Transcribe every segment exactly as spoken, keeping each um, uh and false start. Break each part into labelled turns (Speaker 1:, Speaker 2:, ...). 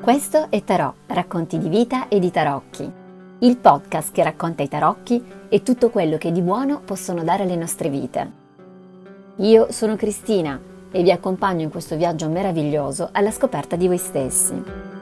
Speaker 1: Questo è Tarò, racconti di vita e di tarocchi, il podcast che racconta i tarocchi e tutto quello che di buono possono dare alle nostre vite. Io sono Cristina e vi accompagno in questo viaggio meraviglioso alla scoperta di voi stessi.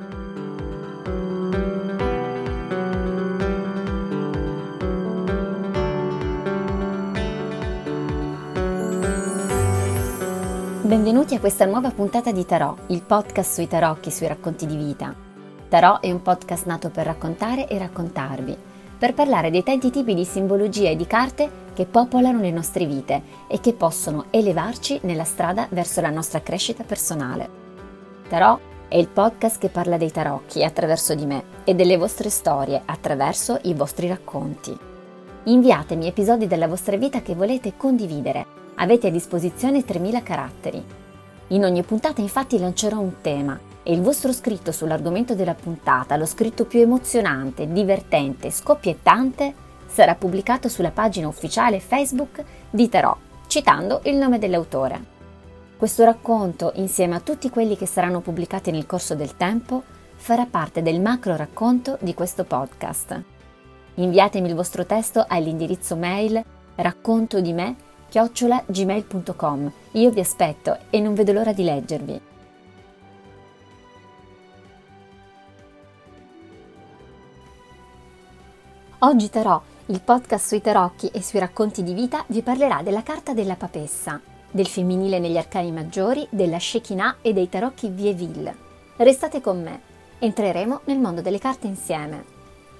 Speaker 1: Benvenuti a questa nuova puntata di Tarò, il podcast sui tarocchi, sui racconti di vita. Tarò è un podcast nato per raccontare e raccontarvi, per parlare dei tanti tipi di simbologia e di carte che popolano le nostre vite e che possono elevarci nella strada verso la nostra crescita personale. Tarò è il podcast che parla dei tarocchi attraverso di me e delle vostre storie attraverso i vostri racconti. Inviatemi episodi della vostra vita che volete condividere. Avete a disposizione tremila caratteri. In ogni puntata infatti lancerò un tema e il vostro scritto sull'argomento della puntata, lo scritto più emozionante, divertente, scoppiettante, sarà pubblicato sulla pagina ufficiale Facebook di Tarò, citando il nome dell'autore. Questo racconto, insieme a tutti quelli che saranno pubblicati nel corso del tempo, farà parte del macro racconto di questo podcast. Inviatemi il vostro testo all'indirizzo mail racconto di me chiocciola gmail punto com. Io vi aspetto e non vedo l'ora di leggervi. Oggi Tarò, il podcast sui tarocchi e sui racconti di vita, vi parlerà della carta della papessa, del femminile negli arcani maggiori, della Shekinah e dei tarocchi Vieville. Restate con me, entreremo nel mondo delle carte insieme.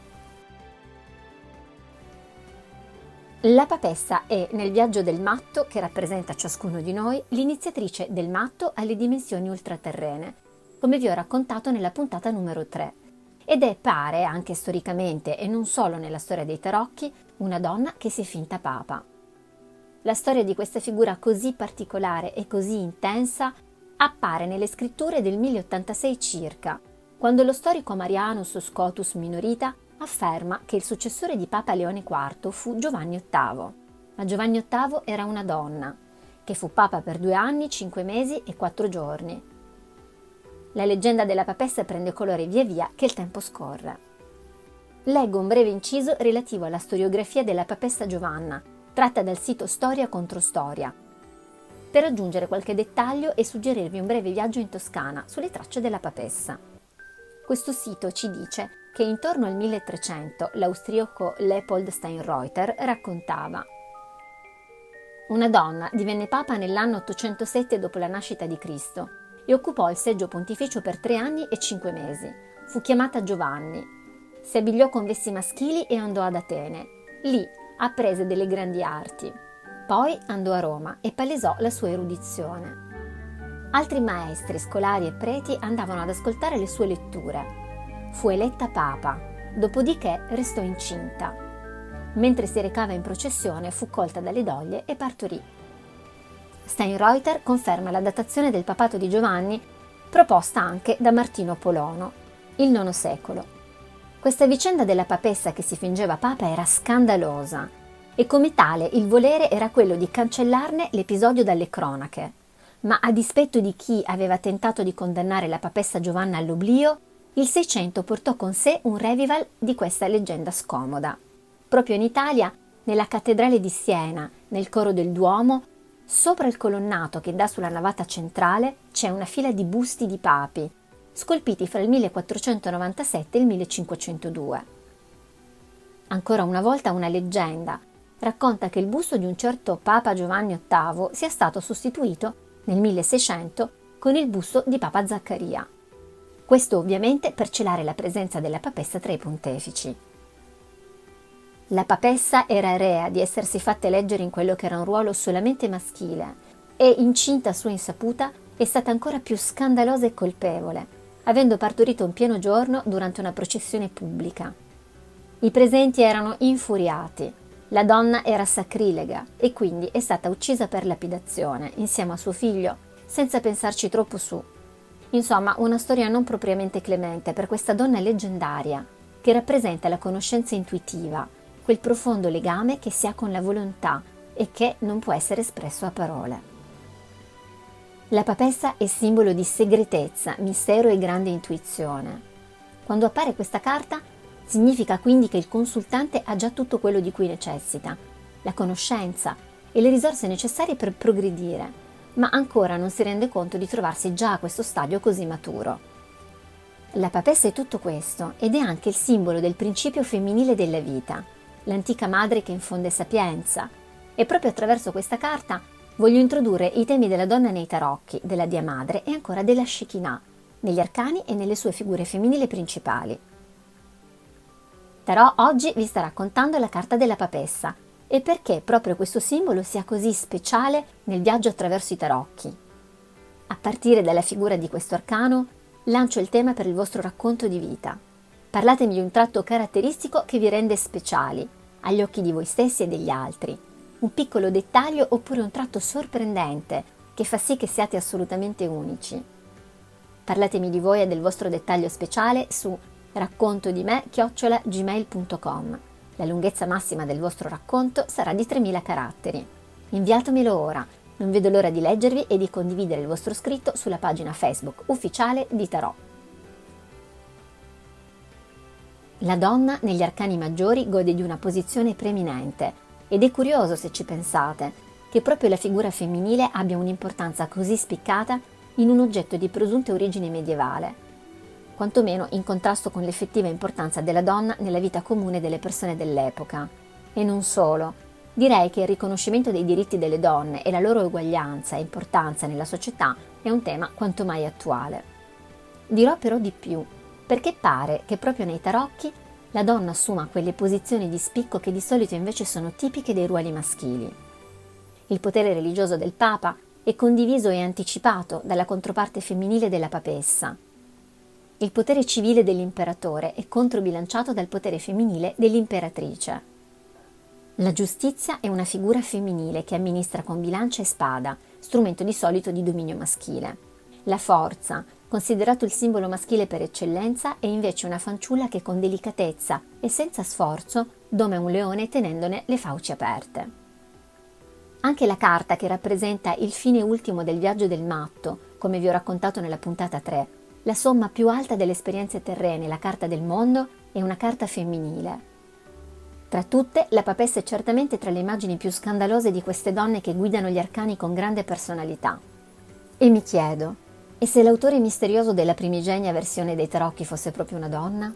Speaker 1: La papessa è, nel viaggio del matto, che rappresenta ciascuno di noi, l'iniziatrice del matto alle dimensioni ultraterrene, come vi ho raccontato nella puntata numero tre. Ed è, pare, anche storicamente e non solo nella storia dei tarocchi, una donna che si è finta papa. La storia di questa figura così particolare e così intensa appare nelle scritture del mille ottantasei circa, quando lo storico Marianus Scotus Minorita afferma che il successore di Papa Leone quarto fu Giovanni ottavo, ma Giovanni ottavo era una donna, che fu Papa per due anni, cinque mesi e quattro giorni. La leggenda della papessa prende colore via via che il tempo scorre. Leggo un breve inciso relativo alla storiografia della papessa Giovanna, tratta dal sito Storia contro Storia, per aggiungere qualche dettaglio e suggerirvi un breve viaggio in Toscana sulle tracce della papessa. Questo sito ci dice che intorno al milletrecento l'austriaco Leopold Steinreuter raccontava: una donna divenne papa nell'anno ottocentosette dopo la nascita di Cristo e occupò il seggio pontificio per tre anni e cinque mesi. Fu chiamata Giovanni. Si abbigliò con vesti maschili e andò ad Atene. Lì apprese delle grandi arti. Poi andò a Roma e palesò la sua erudizione. Altri maestri, scolari e preti andavano ad ascoltare le sue letture. Fu eletta papa, dopodiché restò incinta. Mentre si recava in processione fu colta dalle doglie e partorì. Steinreuter conferma la datazione del papato di Giovanni proposta anche da Martino Polono, il nono secolo. Questa vicenda della papessa che si fingeva papa era scandalosa e come tale il volere era quello di cancellarne l'episodio dalle cronache. Ma a dispetto di chi aveva tentato di condannare la papessa Giovanna all'oblio, il Seicento portò con sé un revival di questa leggenda scomoda. Proprio in Italia, nella cattedrale di Siena, nel coro del Duomo, sopra il colonnato che dà sulla navata centrale, c'è una fila di busti di papi, scolpiti fra il millequattrocentonovantasette e il millecinquecentodue. Ancora una volta una leggenda racconta che il busto di un certo Papa Giovanni ottavo sia stato sostituito nel milleseicento con il busto di Papa Zaccaria. Questo ovviamente per celare la presenza della papessa tra i pontefici. La papessa era rea di essersi fatta eleggere in quello che era un ruolo solamente maschile e, incinta a sua insaputa, è stata ancora più scandalosa e colpevole, avendo partorito in pieno giorno durante una processione pubblica. I presenti erano infuriati. La donna era sacrilega e quindi è stata uccisa per lapidazione insieme a suo figlio, senza pensarci troppo su. Insomma, una storia non propriamente clemente per questa donna leggendaria, che rappresenta la conoscenza intuitiva, quel profondo legame che si ha con la volontà e che non può essere espresso a parole. La papessa è simbolo di segretezza, mistero e grande intuizione. Quando appare questa carta, significa quindi che il consultante ha già tutto quello di cui necessita, la conoscenza e le risorse necessarie per progredire, ma ancora non si rende conto di trovarsi già a questo stadio così maturo. La papessa è tutto questo ed è anche il simbolo del principio femminile della vita, l'antica madre che infonde sapienza, e proprio attraverso questa carta voglio introdurre i temi della donna nei tarocchi, della Dea Madre e ancora della Shekinah, negli arcani e nelle sue figure femminili principali. Tarò oggi vi sta raccontando la carta della papessa e perché proprio questo simbolo sia così speciale nel viaggio attraverso i tarocchi. A partire dalla figura di questo arcano, lancio il tema per il vostro racconto di vita. Parlatemi di un tratto caratteristico che vi rende speciali, agli occhi di voi stessi e degli altri. Un piccolo dettaglio oppure un tratto sorprendente che fa sì che siate assolutamente unici. Parlatemi di voi e del vostro dettaglio speciale su raccontodime chiocciola gmail punto com. La lunghezza massima del vostro racconto sarà di tremila caratteri. Inviatemelo ora, non vedo l'ora di leggervi e di condividere il vostro scritto sulla pagina Facebook ufficiale di Tarò. La donna negli arcani maggiori gode di una posizione preeminente ed è curioso, se ci pensate, che proprio la figura femminile abbia un'importanza così spiccata in un oggetto di presunta origine medievale, quantomeno in contrasto con l'effettiva importanza della donna nella vita comune delle persone dell'epoca. E non solo, direi che il riconoscimento dei diritti delle donne e la loro uguaglianza e importanza nella società è un tema quanto mai attuale. Dirò però di più, perché pare che proprio nei tarocchi la donna assuma quelle posizioni di spicco che di solito invece sono tipiche dei ruoli maschili. Il potere religioso del Papa è condiviso e anticipato dalla controparte femminile della papessa. Il potere civile dell'imperatore è controbilanciato dal potere femminile dell'imperatrice. La giustizia è una figura femminile che amministra con bilancia e spada, strumento di solito di dominio maschile. La forza, considerato il simbolo maschile per eccellenza, è invece una fanciulla che con delicatezza e senza sforzo doma un leone tenendone le fauci aperte. Anche la carta che rappresenta il fine ultimo del viaggio del matto, come vi ho raccontato nella puntata tre, la somma più alta delle esperienze terrene, la carta del mondo, è una carta femminile. Tra tutte, la papessa è certamente tra le immagini più scandalose di queste donne che guidano gli arcani con grande personalità. E mi chiedo, e se l'autore misterioso della primigenia versione dei tarocchi fosse proprio una donna?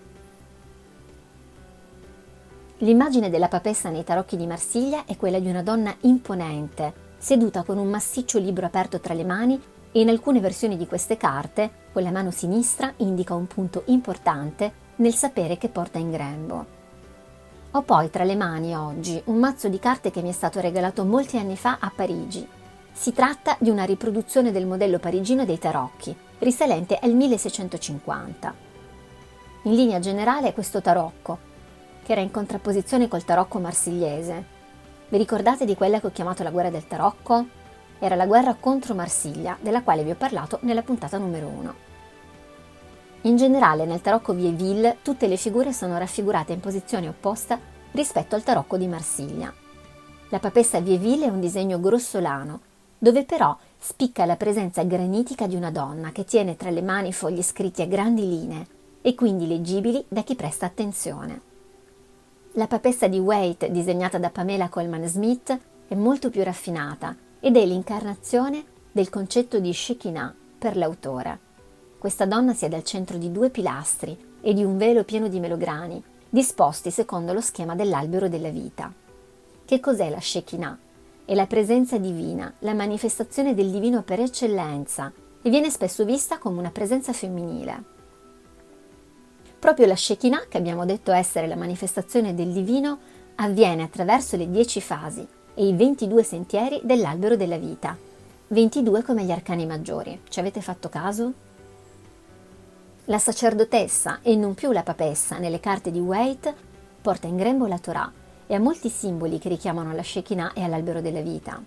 Speaker 1: L'immagine della papessa nei tarocchi di Marsiglia è quella di una donna imponente, seduta con un massiccio libro aperto tra le mani e in alcune versioni di queste carte, con la mano sinistra indica un punto importante nel sapere che porta in grembo. Ho poi tra le mani oggi un mazzo di carte che mi è stato regalato molti anni fa a Parigi. Si tratta di una riproduzione del modello parigino dei tarocchi, risalente al milleseicentocinquanta. In linea generale questo tarocco, che era in contrapposizione col tarocco marsigliese. Vi ricordate di quella che ho chiamato la guerra del tarocco? Era la guerra contro Marsiglia, della quale vi ho parlato nella puntata numero uno. In generale nel tarocco Vieville tutte le figure sono raffigurate in posizione opposta rispetto al tarocco di Marsiglia. La papessa Vieville è un disegno grossolano, dove però spicca la presenza granitica di una donna che tiene tra le mani fogli scritti a grandi linee e quindi leggibili da chi presta attenzione. La papessa di Waite, disegnata da Pamela Colman Smith, è molto più raffinata ed è l'incarnazione del concetto di Shekinah per l'autore. Questa donna siede al centro di due pilastri e di un velo pieno di melograni, disposti secondo lo schema dell'albero della vita. Che cos'è la Shekinah? È la presenza divina, la manifestazione del divino per eccellenza, e viene spesso vista come una presenza femminile. Proprio la Shekinah, che abbiamo detto essere la manifestazione del divino, avviene attraverso le dieci fasi e i ventidue sentieri dell'albero della vita. ventidue come gli arcani maggiori. Ci avete fatto caso? La sacerdotessa, e non più la papessa, nelle carte di Waite, porta in grembo la Torah e ha molti simboli che richiamano alla Shekinah e all'albero della vita.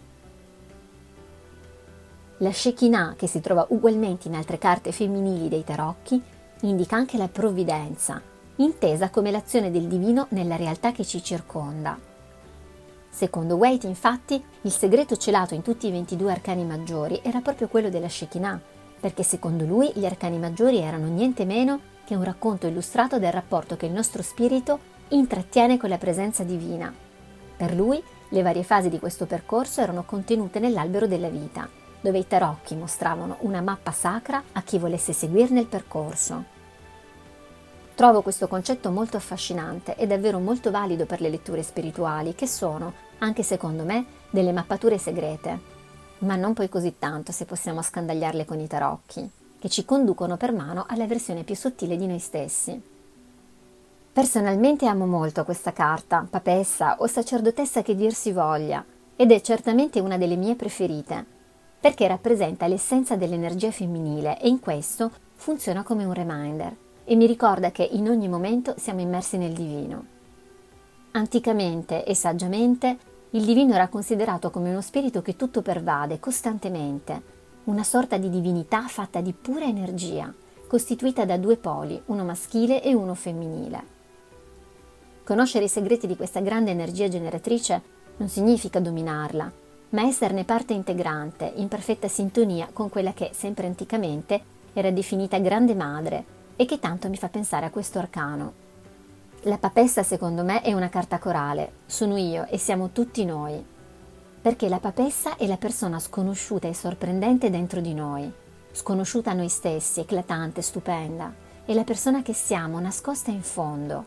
Speaker 1: La Shekinah, che si trova ugualmente in altre carte femminili dei tarocchi, indica anche la provvidenza, intesa come l'azione del divino nella realtà che ci circonda. Secondo Waite, infatti, il segreto celato in tutti i ventidue arcani maggiori era proprio quello della Shekinah, perché secondo lui gli arcani maggiori erano niente meno che un racconto illustrato del rapporto che il nostro spirito intrattiene con la presenza divina. Per lui, le varie fasi di questo percorso erano contenute nell'albero della vita, dove i tarocchi mostravano una mappa sacra a chi volesse seguirne il percorso. Trovo questo concetto molto affascinante e davvero molto valido per le letture spirituali, che sono, anche secondo me, delle mappature segrete, ma non poi così tanto se possiamo scandagliarle con i tarocchi, che ci conducono per mano alla versione più sottile di noi stessi. Personalmente amo molto questa carta, papessa o sacerdotessa che dir si voglia, ed è certamente una delle mie preferite, perché rappresenta l'essenza dell'energia femminile e in questo funziona come un reminder e mi ricorda che in ogni momento siamo immersi nel divino. Anticamente e saggiamente il divino era considerato come uno spirito che tutto pervade costantemente, una sorta di divinità fatta di pura energia, costituita da due poli, uno maschile e uno femminile. Conoscere i segreti di questa grande energia generatrice non significa dominarla, ma esserne parte integrante, in perfetta sintonia con quella che, sempre anticamente, era definita Grande Madre e che tanto mi fa pensare a questo arcano. La papessa, secondo me, è una carta corale, sono io e siamo tutti noi, perché la papessa è la persona sconosciuta e sorprendente dentro di noi, sconosciuta a noi stessi, eclatante, stupenda, è la persona che siamo, nascosta in fondo.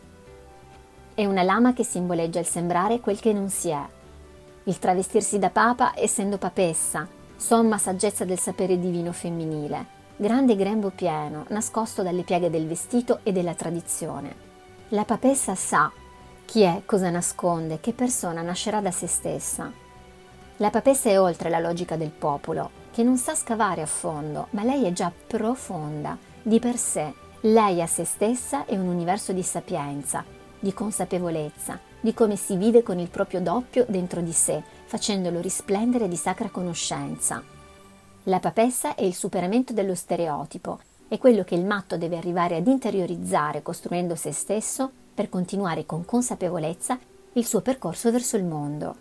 Speaker 1: È una lama che simboleggia il sembrare quel che non si è, il travestirsi da papa essendo papessa, somma saggezza del sapere divino femminile, grande grembo pieno, nascosto dalle pieghe del vestito e della tradizione. La papessa sa chi è, cosa nasconde, che persona nascerà da se stessa. La papessa è oltre la logica del popolo, che non sa scavare a fondo, ma lei è già profonda, di per sé. Lei a se stessa è un universo di sapienza, di consapevolezza, di come si vive con il proprio doppio dentro di sé, facendolo risplendere di sacra conoscenza. La papessa è il superamento dello stereotipo, è quello che il matto deve arrivare ad interiorizzare costruendo se stesso per continuare con consapevolezza il suo percorso verso il mondo.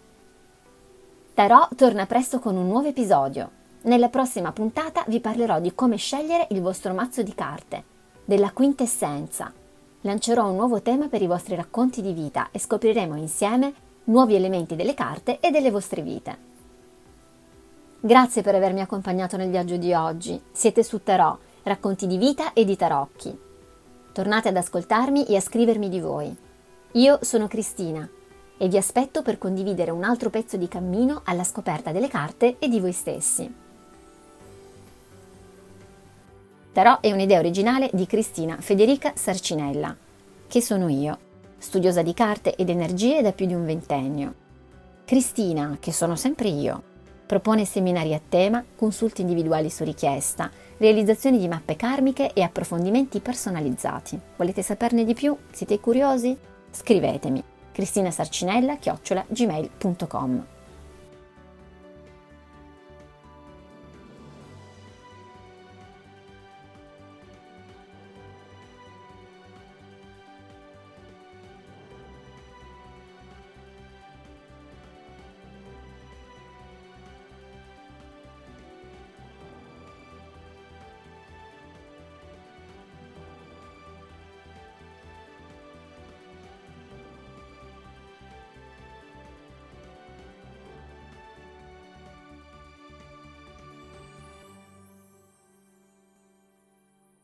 Speaker 1: Tarot torna presto con un nuovo episodio. Nella prossima puntata vi parlerò di come scegliere il vostro mazzo di carte, della quintessenza. Lancerò un nuovo tema per i vostri racconti di vita e scopriremo insieme nuovi elementi delle carte e delle vostre vite. Grazie per avermi accompagnato nel viaggio di oggi. Siete su Tarot, racconti di vita e di tarocchi. Tornate ad ascoltarmi e a scrivermi di voi. Io sono Cristina e vi aspetto per condividere un altro pezzo di cammino alla scoperta delle carte e di voi stessi. Tarot è un'idea originale di Cristina Federica Sarcinella, che sono io, studiosa di carte ed energie da più di un ventennio. Cristina, che sono sempre io, propone seminari a tema, consulti individuali su richiesta, realizzazioni di mappe karmiche e approfondimenti personalizzati. Volete saperne di più? Siete curiosi? Scrivetemi cristinasarcinella chiocciola gmail punto com.